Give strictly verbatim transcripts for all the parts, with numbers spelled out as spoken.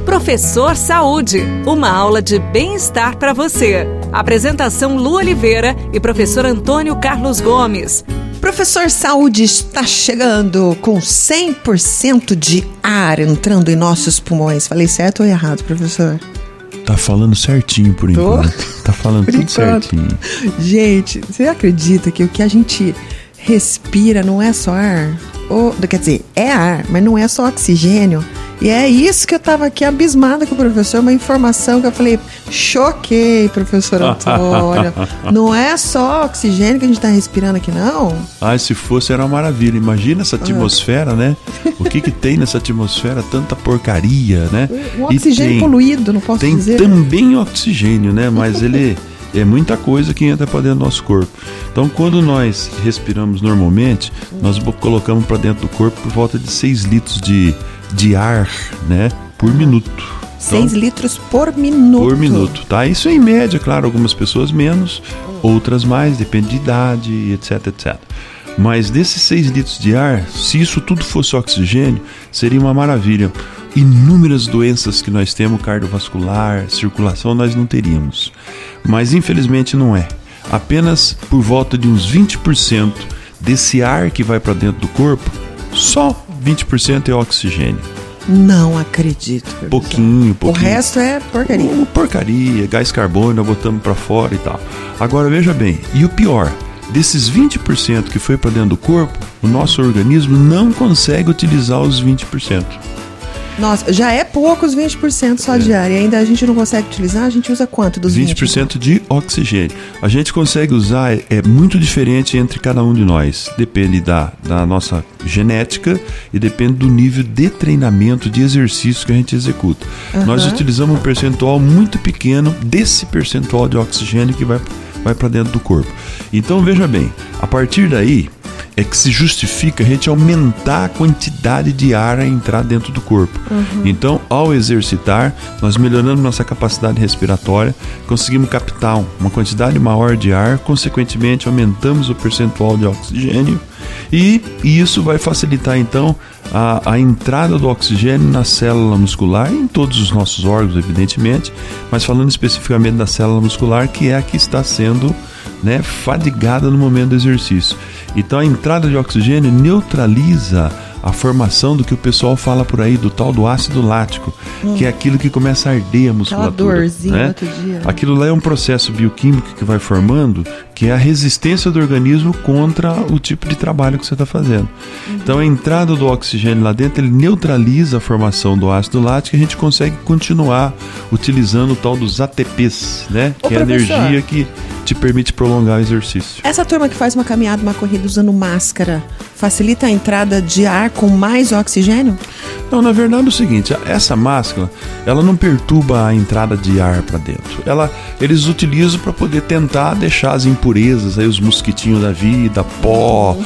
Professor Saúde, uma aula de bem-estar para você. Apresentação Lu Oliveira e professor Antônio Carlos Gomes. Professor Saúde está chegando com cem por cento de ar entrando em nossos pulmões. Falei certo ou errado, professor? Tá falando certinho por enquanto. Tô? Tá falando por tudo enquanto. Certinho. Gente, você acredita que o que a gente respira não é só ar? Ou, quer dizer, é ar, mas não é só oxigênio. E é isso que eu tava aqui abismada com o professor, uma informação que eu falei, choquei, professor Antônio. Não é só oxigênio que a gente tá respirando aqui, não? Ah, se fosse era uma maravilha. Imagina essa atmosfera, ah. né? O que que tem nessa atmosfera? Tanta porcaria, né? Um oxigênio tem, poluído, não posso tem dizer. Tem também oxigênio, né? Mas ele... é muita coisa que entra para dentro do nosso corpo. Então, quando nós respiramos normalmente, nós colocamos para dentro do corpo por volta de seis litros de, de ar, né, por minuto. seis então, litros por minuto. Por minuto, tá? Isso é em média, claro, algumas pessoas menos, outras mais, depende de idade, etc, etcétera. Mas desses seis litros de ar, se isso tudo fosse oxigênio, seria uma maravilha. Inúmeras doenças que nós temos, cardiovascular, circulação, nós não teríamos. Mas infelizmente não é. Apenas por volta de uns vinte por cento desse ar que vai para dentro do corpo, só vinte por cento é oxigênio. Não acredito. Professor. Pouquinho, pouquinho. O resto é porcaria. Uh, porcaria, gás carbônico, nós botamos para fora e tal. Agora veja bem, e o pior, desses vinte por cento que foi para dentro do corpo, o nosso organismo não consegue utilizar os vinte por cento. Nossa, já é pouco os vinte por cento só é. de ar. E ainda a gente não consegue utilizar, a gente usa quanto dos vinte por cento? vinte por cento de oxigênio. A gente consegue usar, é, é muito diferente entre cada um de nós. Depende da, da nossa genética e depende do nível de treinamento, de exercício que a gente executa. Uhum. Nós utilizamos um percentual muito pequeno desse percentual de oxigênio que vai, vai para dentro do corpo. Então, veja bem, a partir daí é que se justifica a gente aumentar a quantidade de ar a entrar dentro do corpo. Uhum. Então, ao exercitar, nós melhoramos nossa capacidade respiratória, conseguimos captar uma quantidade maior de ar, consequentemente aumentamos o percentual de oxigênio e isso vai facilitar então a, a entrada do oxigênio na célula muscular e em todos os nossos órgãos, evidentemente, mas falando especificamente da célula muscular, que é a que está sendo, né, fadigada no momento do exercício. Então a entrada de oxigênio neutraliza a formação do que o pessoal fala por aí, do tal do ácido lático, hum. que é aquilo que começa a arder a musculatura. Aquela dorzinha, né? Outro dia. Aquilo lá é um processo bioquímico que vai formando, que é a resistência do organismo contra o tipo de trabalho que você está fazendo. Uhum. Então a entrada do oxigênio lá dentro, ele neutraliza a formação do ácido lático e a gente consegue continuar utilizando o tal dos A T Pês, né? Ô, que é a professor, energia que te permite prolongar o exercício. Essa turma que faz uma caminhada, uma corrida usando máscara, facilita a entrada de ar com mais oxigênio? Não, na verdade é o seguinte, essa máscara, ela não perturba a entrada de ar para dentro. Ela, eles utilizam para poder tentar deixar as impurezas, aí os mosquitinhos da vida, pó,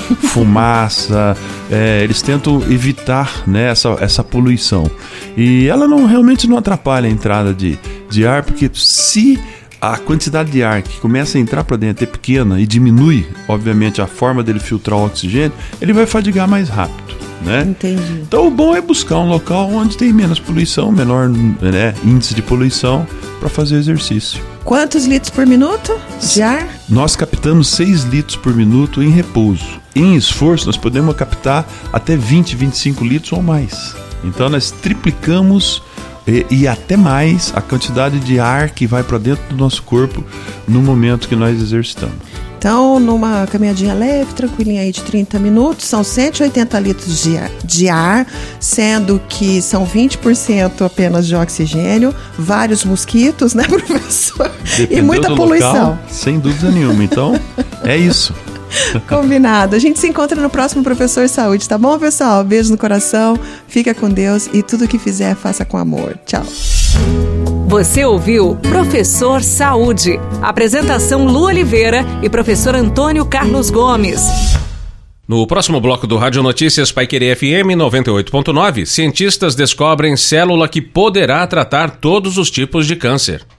fumaça, é, eles tentam evitar, né, essa, essa poluição. E ela não, realmente não atrapalha a entrada de, de ar, porque se a quantidade de ar que começa a entrar para dentro é pequena e diminui, obviamente, a forma dele filtrar o oxigênio, ele vai fadigar mais rápido, né? Entendi. Então o bom é buscar um local onde tem menos poluição, menor, né, índice de poluição para fazer exercício. Quantos litros por minuto de ar? Nós captamos seis litros por minuto em repouso. Em esforço, nós podemos captar até vinte, vinte e cinco litros ou mais. Então nós triplicamos E, e até mais a quantidade de ar que vai para dentro do nosso corpo no momento que nós exercitamos. Então, numa caminhadinha leve, tranquilinha aí de trinta minutos, são cento e oitenta litros de ar, de ar, sendo que são vinte por cento apenas de oxigênio, vários mosquitos, né, professor? Dependendo e muita do poluição. Local, sem dúvida nenhuma. Então, é isso. Combinado. A gente se encontra no próximo Professor Saúde, tá bom, pessoal? Beijo no coração, fica com Deus e tudo que fizer, faça com amor. Tchau. Você ouviu Professor Saúde. Apresentação Lu Oliveira e professor Antônio Carlos Gomes. No próximo bloco do Rádio Notícias Paiquerê F M noventa e oito ponto nove, cientistas descobrem célula que poderá tratar todos os tipos de câncer.